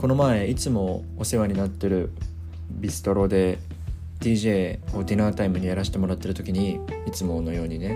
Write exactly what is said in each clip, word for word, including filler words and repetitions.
この前いつもお世話になってるビストロで ディージェー をディナータイムにやらせてもらってる時に、いつものようにね、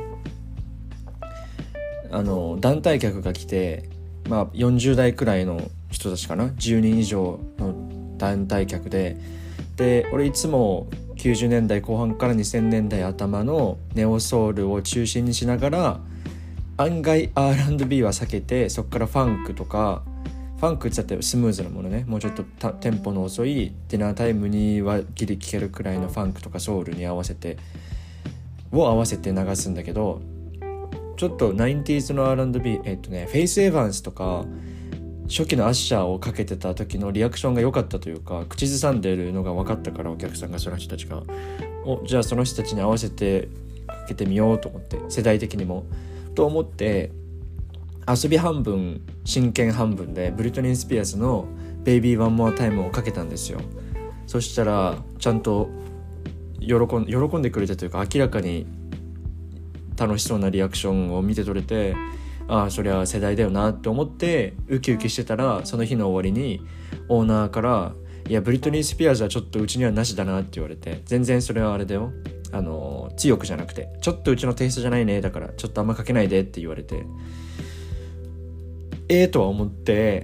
あの団体客が来て、まあよんじゅう代くらいの人たちかな、じゅうにん以上の団体客で、で俺いつもきゅうじゅうねんだいこう半からにせんねんだい頭のネオソウルを中心にしながら、案外 アールアンドビー は避けて、そこからファンクとか、ファンクって言ったらスムーズなものね、もうちょっとテンポの遅いディナータイムにはギリ聴けるくらいのファンクとかソウルに合わせてを合わせて流すんだけど、ちょっとナインティーズの アールアンドビー、えっとねフェイス・エヴァンスとか初期のアッシャーをかけてた時のリアクションが良かったというか、口ずさんでるのが分かったから、お客さんが、その人たちがおじゃあその人たちに合わせてかけてみようと思って、世代的にもと思って遊び半分真剣半分でブリトニー・スピアーズのベイビー・ワン・モア・タイムをかけたんですよ。そしたらちゃんと喜ん、喜んでくれてというか、明らかに楽しそうなリアクションを見て取れて、ああそりゃ世代だよなって思ってウキウキしてたら、その日の終わりにオーナーから、いやブリトニー・スピアーズはちょっとうちにはなしだなって言われて、全然それはあれだよ、あの強くじゃなくて、ちょっとうちのテイストじゃないね、だからちょっとあんまかけないでって言われて、ええー、とは思って、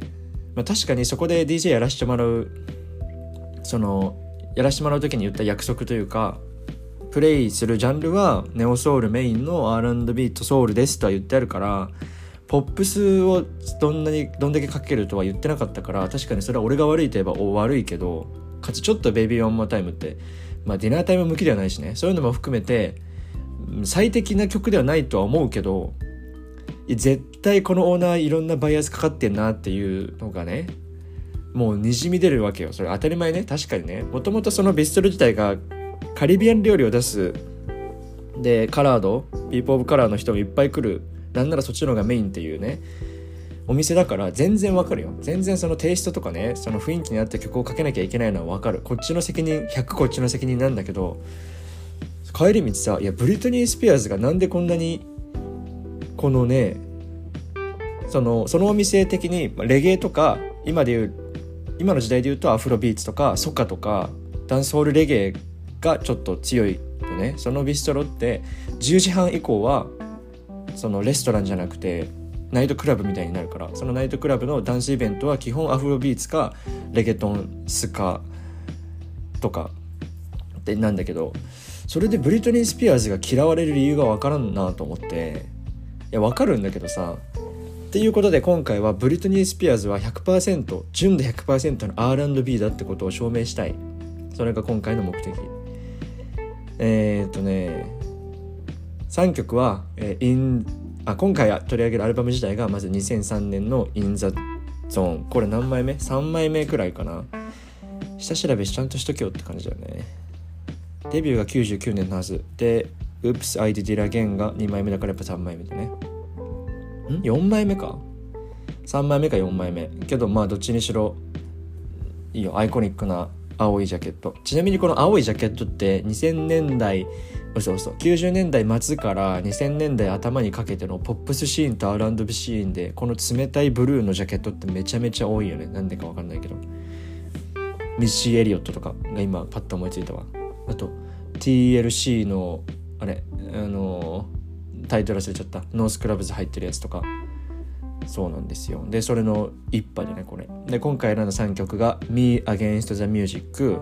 まあ、確かにそこで ディージェー やらせてもらう、そのやらせてもらう時に言った約束というか、プレイするジャンルはネオソウルメインの アールアンドビー とソウルですとは言ってあるから、ポップスをどんなにどんだけかけるとは言ってなかったから、確かにそれは俺が悪いといえば悪いけど、かつちょっとベイビーワンモアタイムって、まあ、ディナータイム向きではないしね、そういうのも含めて最適な曲ではないとは思うけど、絶対このオーナーいろんなバイアスかかってんなっていうのがね、もうにじみ出るわけよ。それ当たり前ね、確かにね、もともとそのビストロ自体がカリビアン料理を出すで、カラードピーポーオブカラーの人もいっぱい来る、なんならそっちの方がメインっていうねお店だから、全然わかるよ。全然そのテイストとかね、その雰囲気に合った曲をかけなきゃいけないのはわかる。こっちの責任ひゃくこっちの責任なんだけど、帰り道さ、いやブリトニー・スピアーズがなんでこんなにこのね、そのそのお店的にレゲエとか、今でいう今の時代でいうとアフロビーツとかソカとかダンスホールレゲエがちょっと強いのね。そのビストロってじゅうじはん以降はそのレストランじゃなくてナイトクラブみたいになるから、そのナイトクラブのダンスイベントは基本アフロビーツかレゲトンスカとかってなんだけど、それでブリトニー・スピアーズが嫌われる理由が分からんなと思って、いや分かるんだけどさ、っていうことで今回はブリトニー・スピアーズは ひゃくパーセント 純度 ひゃくパーセント の アールアンドビー だってことを証明したい。それが今回の目的。えー、っとねさんきょくは、えー、in あ今回取り上げるアルバム自体がまずにせんさんねんの In the Zone。 これ何枚目 ?さん 枚目くらいかな。下調べちゃんとしとけよって感じだよね。デビューがきゅうじゅうきゅうねんのはずで、 Oops I Did It Again がにまいめだからやっぱさんまいめだね。ん よん 枚目かさんまいめかよんまいめけど、まあどっちにしろいいよ。アイコニックな青いジャケット。ちなみにこの青いジャケットってにせんねんだい、そうそうきゅうじゅうねんだい末からにせんねんだい頭にかけてのポップスシーンと アールアンドビー シーンで、この冷たいブルーのジャケットってめちゃめちゃ多いよね。なんでかわかんないけど、ミッシー・エリオットとかが今パッと思いついたわ。あと ティーエルシー のあれあのタイトル忘れちゃった、ノースクラブズ入ってるやつとか、そうなんですよ。でそれの一派でねこれで、今回選んださんきょくが Me Against the Music、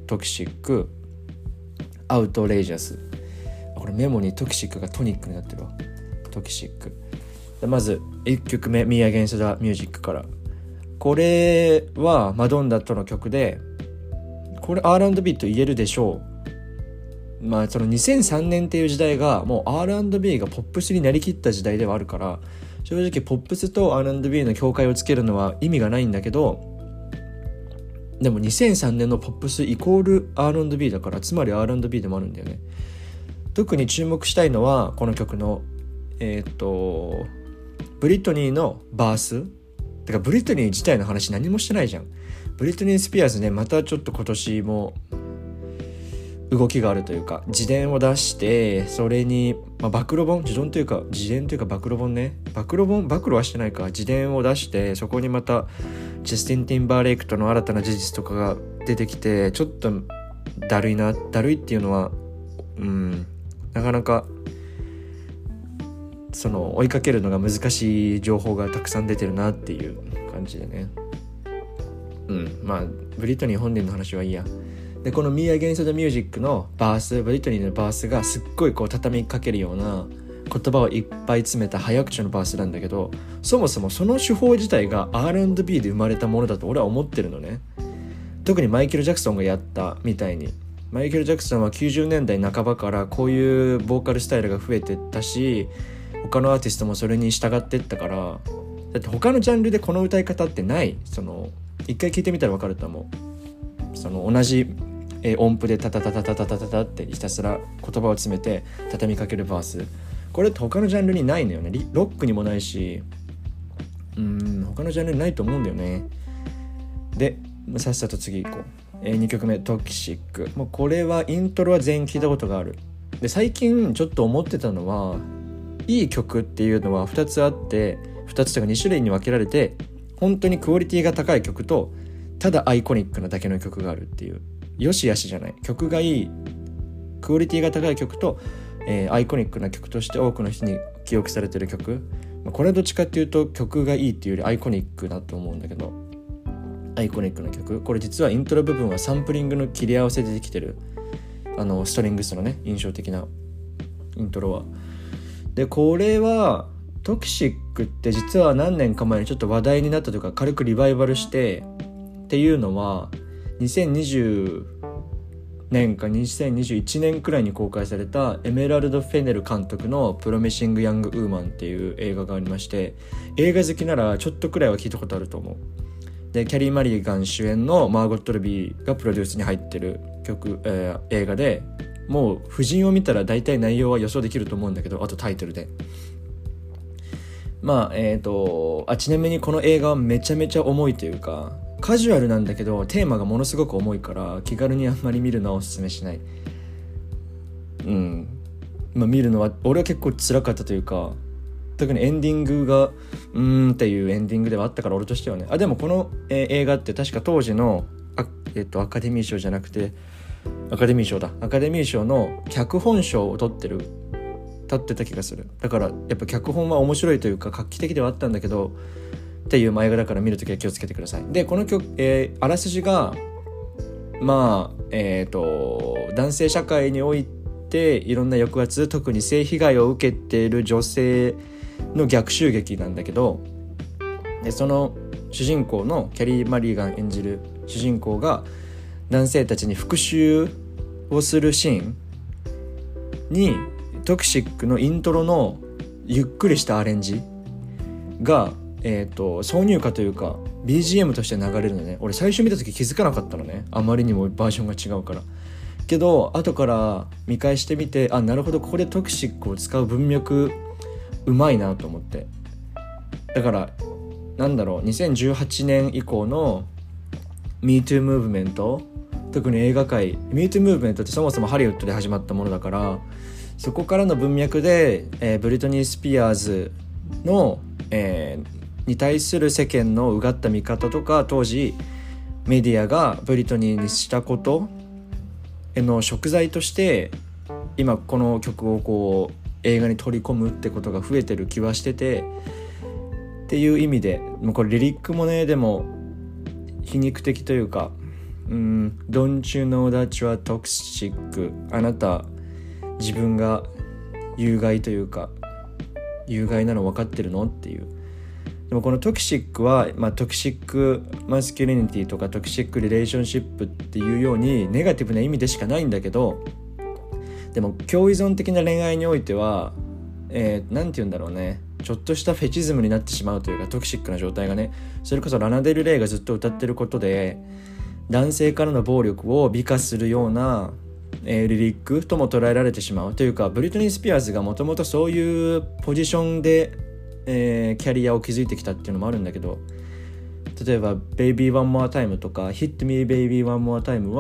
Toxic、 Outrageous。 これメモにトキシックがトニックになってるわ。トキシックで、まずいっきょくめ Me Against the Music から。これはマドンナとの曲で、これ アールアンドビー と言えるでしょう。まあそのにせんさんねんっていう時代がもう アールアンドビー がポップスになりきった時代ではあるから、正直ポップスと アールアンドビー の境界をつけるのは意味がないんだけど、でもにせんさんねんのポップスイコール アールアンドビー だから、つまり アールアンドビー でもあるんだよね。特に注目したいのはこの曲のえー、っとブリトニーのバース。てかブリトニー自体の話何もしてないじゃん。ブリトニー・スピアーズね、またちょっと今年も動きがあるというか、自伝を出してそれに、まあ、暴露本自伝というか自伝というか暴露本ね暴露本暴露はしてないか自伝を出して、そこにまたジャスティン・ティンバーレイクとの新たな事実とかが出てきて、ちょっとだるいなだるいっていうのはうんなかなかその追いかけるのが難しい情報がたくさん出てるなっていう感じでね。うんまあブリトニー本人の話はいいや。でこの Me Against the Music のバース、ブリトニーのバースがすっごいこう畳みかけるような言葉をいっぱい詰めた早口のバースなんだけど、そもそもその手法自体が アールアンドビー で生まれたものだと俺は思ってるのね。特にマイケル・ジャクソンがやったみたいに、マイケル・ジャクソンはきゅうじゅうねんだいなかばからこういうボーカルスタイルが増えてったし、他のアーティストもそれに従ってったから、だって他のジャンルでこの歌い方ってない。その一回聞いてみたら分かると思う。その同じえ音符でタタタタタタタタタってひたすら言葉を詰めて畳みかけるバース、これって他のジャンルにないのよね。ロックにもないし、うーん他のジャンルにないと思うんだよね。でさっさと次行こう。えー、にきょくめトキシック。もうこれはイントロは全員聞いたことがある。で最近ちょっと思ってたのは、いい曲っていうのはふたつあって、ふたつとかに種類に分けられて、本当にクオリティが高い曲とただアイコニックなだけの曲があるっていう、よしあしじゃない、曲がいいクオリティが高い曲と、えー、アイコニックな曲として多くの人に記憶されてる曲、まあ、これはどっちかっていうと曲がいいっていうよりアイコニックだと思うんだけど、アイコニックな曲、これ実はイントロ部分はサンプリングの切り合わせでできてる、あのストリングスのね印象的なイントロは。でこれはトキシックって実は何年か前にちょっと話題になったというか軽くリバイバルして、っていうのはにせんにじゅうねんかにせんにじゅういちねんくらいに公開されたエメラルド・フェネル監督のプロミシング・ヤング・ウーマンっていう映画がありまして、映画好きならちょっとくらいは聞いたことあると思う。でキャリー・マリーガン主演のマーゴット・ルビーがプロデュースに入ってる曲、えー、映画で、もう夫人を見たら大体内容は予想できると思うんだけど、あとタイトルでまあえっとあちなみにこの映画はめちゃめちゃ重いというかカジュアルなんだけどテーマがものすごく重いから気軽にあんまり見るのはおすすめしない。うんまあ見るのは俺は結構辛かったというか、特にエンディングがうーんっていうエンディングではあったから俺としてはね。あでもこの、えー、映画って確か当時のあ、えっと、アカデミー賞じゃなくてアカデミー賞だアカデミー賞の脚本賞を取ってる立ってた気がする。だからやっぱ脚本は面白いというか画期的ではあったんだけどっていう映画だから、見るときは気をつけてください。でこの曲、えー、あらすじがまあえっと男性社会においていろんな抑圧、特に性被害を受けている女性の逆襲劇なんだけど、でその主人公のキャリー・マリーガン演じる主人公が男性たちに復讐をするシーンにトキシックのイントロのゆっくりしたアレンジが、えーと、挿入歌というか ビージーエム として流れるのね。俺最初見た時気づかなかったのね、あまりにもバージョンが違うから。けど後から見返してみて、あなるほどここでトキシックを使う文脈うまいなと思って。だからなんだろう、にせんじゅうはちねん以降の MeToo ムーブメント、特に映画界 MeToo ムーブメントってそもそもハリウッドで始まったものだから、そこからの文脈で、えー、ブリトニー・スピアーズの、えー、に対する世間のうがった見方とか、当時メディアがブリトニーにしたことへの贖罪として今この曲をこう映画に取り込むってことが増えてる気はしてて、っていう意味でもうこれリリックもね、でも皮肉的というか、うん Don't you know that you are toxic、 あなた自分が有害というか有害なの分かってるのっていう。でもこのトキシックは、まあ、トキシックマスキュリニティとかトキシックリレーションシップっていうようにネガティブな意味でしかないんだけど、でも共依存的な恋愛においては、えー、なんて言うんだろうね、ちょっとしたフェチズムになってしまうというか、トキシックな状態がね、それこそラナデル・レイがずっと歌ってることで男性からの暴力を美化するような、えー、リリックとも捉えられてしまうというか、ブリトニー・スピアーズがもともとそういうポジションで、えー、キャリアを築いてきたっていうのもあるんだけど、例えば Baby One More Time とか Hit Me Baby One More Time は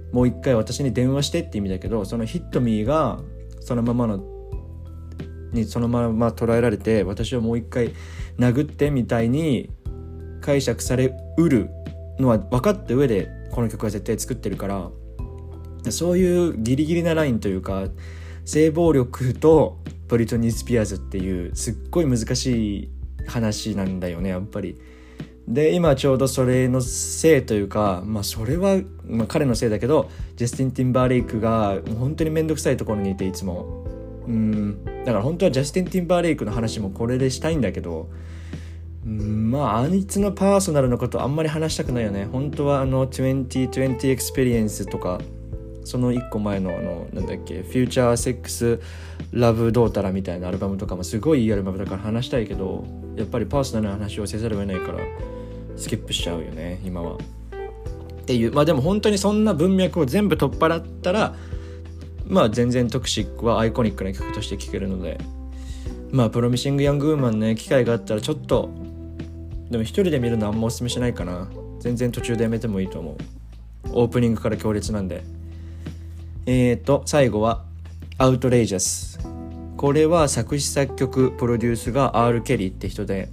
もう一回私に電話してって意味だけど、その hit me がそのままのにそのまま捉えられて、私をもう一回殴ってみたいに解釈されうるのは分かった上でこの曲は絶対作ってるから、そういうギリギリなラインというか、性暴力とブリトニー・スピアーズっていうすっごい難しい話なんだよね、やっぱり。で今ちょうどそれのせいというか、まあそれは、まあ、彼のせいだけど、ジャスティン・ティンバーレイクが本当にめんどくさいところにいて、いつもうんだから本当はジャスティン・ティンバーレイクの話もこれでしたいんだけど、うんまああいつのパーソナルのことあんまり話したくないよね。本当はあのにせんにじゅうエクスペリエンスとか、その一個前のあのなんだっけ、フューチャーセックスラブドータラみたいなアルバムとかもすごいいいアルバムだから話したいけど、やっぱりパーソナルな話をせざるを得ないからスキップしちゃうよね今はっていう。まあでも本当にそんな文脈を全部取っ払ったら、まあ全然トクシックはアイコニックな曲として聴けるので、まあプロミシングヤングウーマンね、機会があったらちょっと、でも一人で見るのあんまおすすめしないかな。全然途中でやめてもいいと思う。オープニングから強烈なんで。えーと最後はアウトレイジャス。これは作詞作曲プロデュースが R ケリーって人で、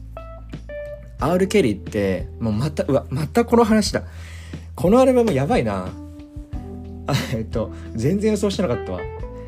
R ケリーってもうまたうわまたこの話だ。このアルバムやばいな。あえっと全然予想してなかったわ。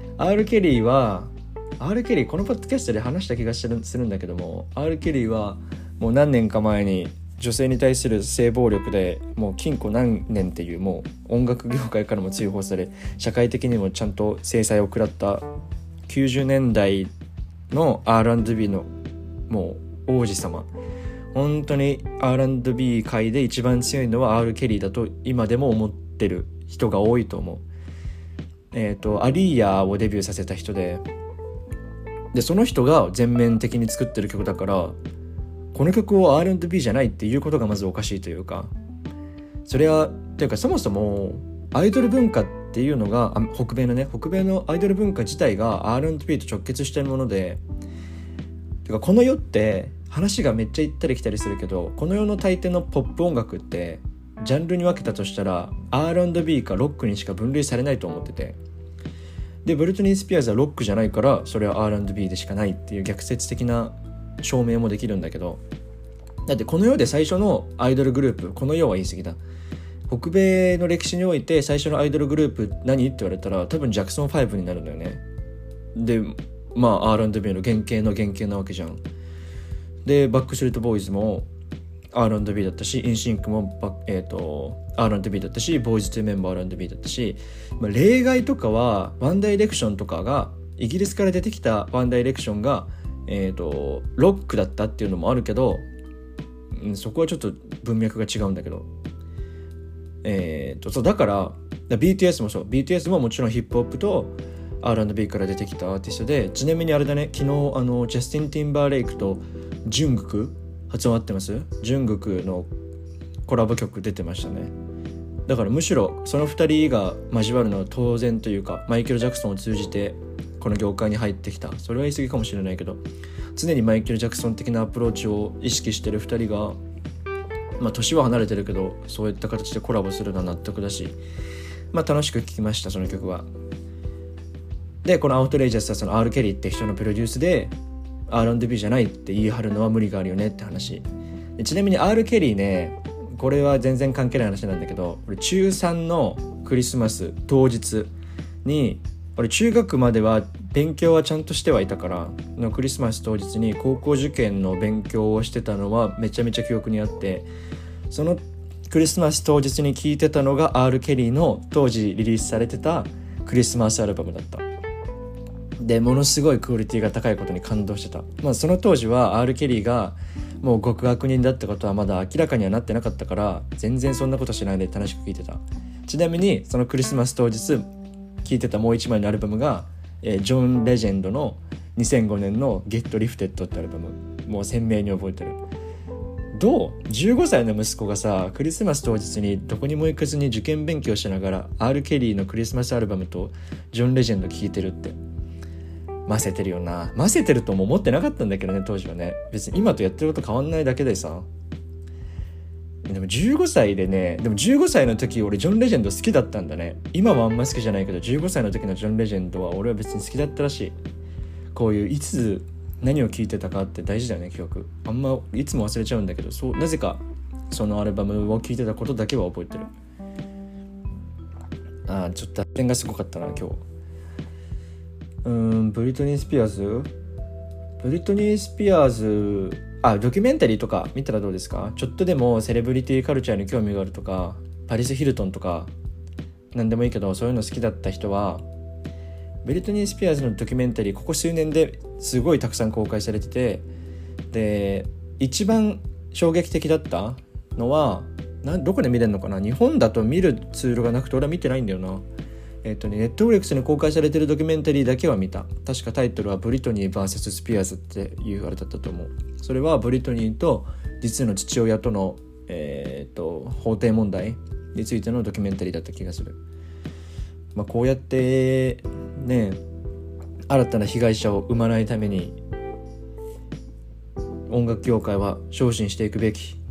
R ケリーは R ケリーこのポッドキャストで話した気がするんだけども、 R ケリーはもう何年か前に女性に対する性暴力でもう禁錮何年っていう、もう音楽業界からも追放され、社会的にもちゃんと制裁を食らったきゅうじゅうねんだいの アールアンドビー のもう王子様。本当に アールアンドビー 界で一番強いのは R ケリーだと今でも思ってる人が多いと思う。えっとアリーヤをデビューさせた人で、でその人が全面的に作ってる曲だから、この曲を アールアンドビー じゃないっていうことがまずおかしいというか、それはというかそもそもアイドル文化っていうのが北米のね北米のアイドル文化自体が アールアンドビー と直結してるもので、てかこの世って話がめっちゃ行ったり来たりするけど、この世の大抵のポップ音楽ってジャンルに分けたとしたら アールアンドビー かロックにしか分類されないと思ってて、でブリトニー・スピアーズはロックじゃないからそれは アールアンドビー でしかないっていう逆説的な証明もできるんだけど、だってこの世で最初のアイドルグループ、この世は言い過ぎだ、北米の歴史において最初のアイドルグループ何って言われたら多分ジャクソンファイブになるんだよね。でまあ アールアンドビー の原型の原型なわけじゃん。でバックストリートボーイズも アールアンドビー だったし、インシンクもバ、えー、と アールアンドビー だったし、ボーイズツーメンバー アールアンドビー だったし、まあ、例外とかはワンダイレクションとかがイギリスから出てきたワンダイレクションがえーと、ロックだったっていうのもあるけど、うん、そこはちょっと文脈が違うんだけど、えーと、そうだから ビーティーエス もそう ビーティーエス ももちろんヒップホップと アールアンドビー から出てきたアーティストで、ちなみにあれだね、昨日あのジャスティン・ティンバーレイクとジュングク、発音合ってます？ジュングクのコラボ曲出てましたね。だからむしろそのふたりが交わるのは当然というか、マイケル・ジャクソンを通じてこの業界に入ってきた、それは言い過ぎかもしれないけど、常にマイケル・ジャクソン的なアプローチを意識してるふたりが、まあ年は離れてるけどそういった形でコラボするのは納得だし、まあ楽しく聴きましたその曲は。でこのアウトレイジャスはその R ケリーって人のプロデュースで アールアンドビー じゃないって言い張るのは無理があるよねって話で、ちなみに R ケリーね、これは全然関係ない話なんだけど、俺中さんのクリスマス当日に、俺中学までは勉強はちゃんとしてはいたからの、クリスマス当日に高校受験の勉強をしてたのはめちゃめちゃ記憶にあって、そのクリスマス当日に聴いてたのが R ケリーの当時リリースされてたクリスマスアルバムだった。でものすごいクオリティが高いことに感動してた。まあその当時は R ケリーがもう極悪人だってことはまだ明らかにはなってなかったから、全然そんなことしないで楽しく聴いてた。ちなみにそのクリスマス当日聴いてたもう一枚のアルバムが、えー、ジョン・レジェンドのにせんごねんの Get Lifted ってアルバム、もう鮮明に覚えてる。どうじゅうごさいの息子がさ、クリスマス当日にどこにも行かずに受験勉強しながら R ケリーのクリスマスアルバムとジョン・レジェンド聴いてるって、ませてるよな。ませてるとも思ってなかったんだけどね当時はね。別に今とやってること変わんないだけでさ。 でもじゅうごさいでね、でもじゅうごさいの時俺ジョン・レジェンド好きだったんだね。今はあんま好きじゃないけどじゅうごさいの時のジョン・レジェンドは俺は別に好きだったらしい。こういういつ何を聴いてたかって大事だよね、記憶。あんまいつも忘れちゃうんだけど、そうなぜかそのアルバムを聴いてたことだけは覚えてる。あーちょっと点がすごかったな今日。うーんブリトニー・スピアーズブリトニー・スピアーズあドキュメンタリーとか見たらどうですか。ちょっとでもセレブリティカルチャーに興味があるとか、パリス・ヒルトンとか何でもいいけどそういうの好きだった人はブリトニー・スピアーズのドキュメンタリーここ数年ですごいたくさん公開されてて、で一番衝撃的だったのはなどこで見れるのかな。日本だと見るツールがなくて俺は見てないんだよな。えっとね、ネットフリックスに公開されてるドキュメンタリーだけは見た。確かタイトルはブリトニー ブイエス スピアーズっていうあれだったと思う。それはブリトニーと実の父親との、えー、っと法廷問題についてのドキュメンタリーだった気がする。まあ、こうやってね新たな被害者を生まないために音楽業界は昇進していくべき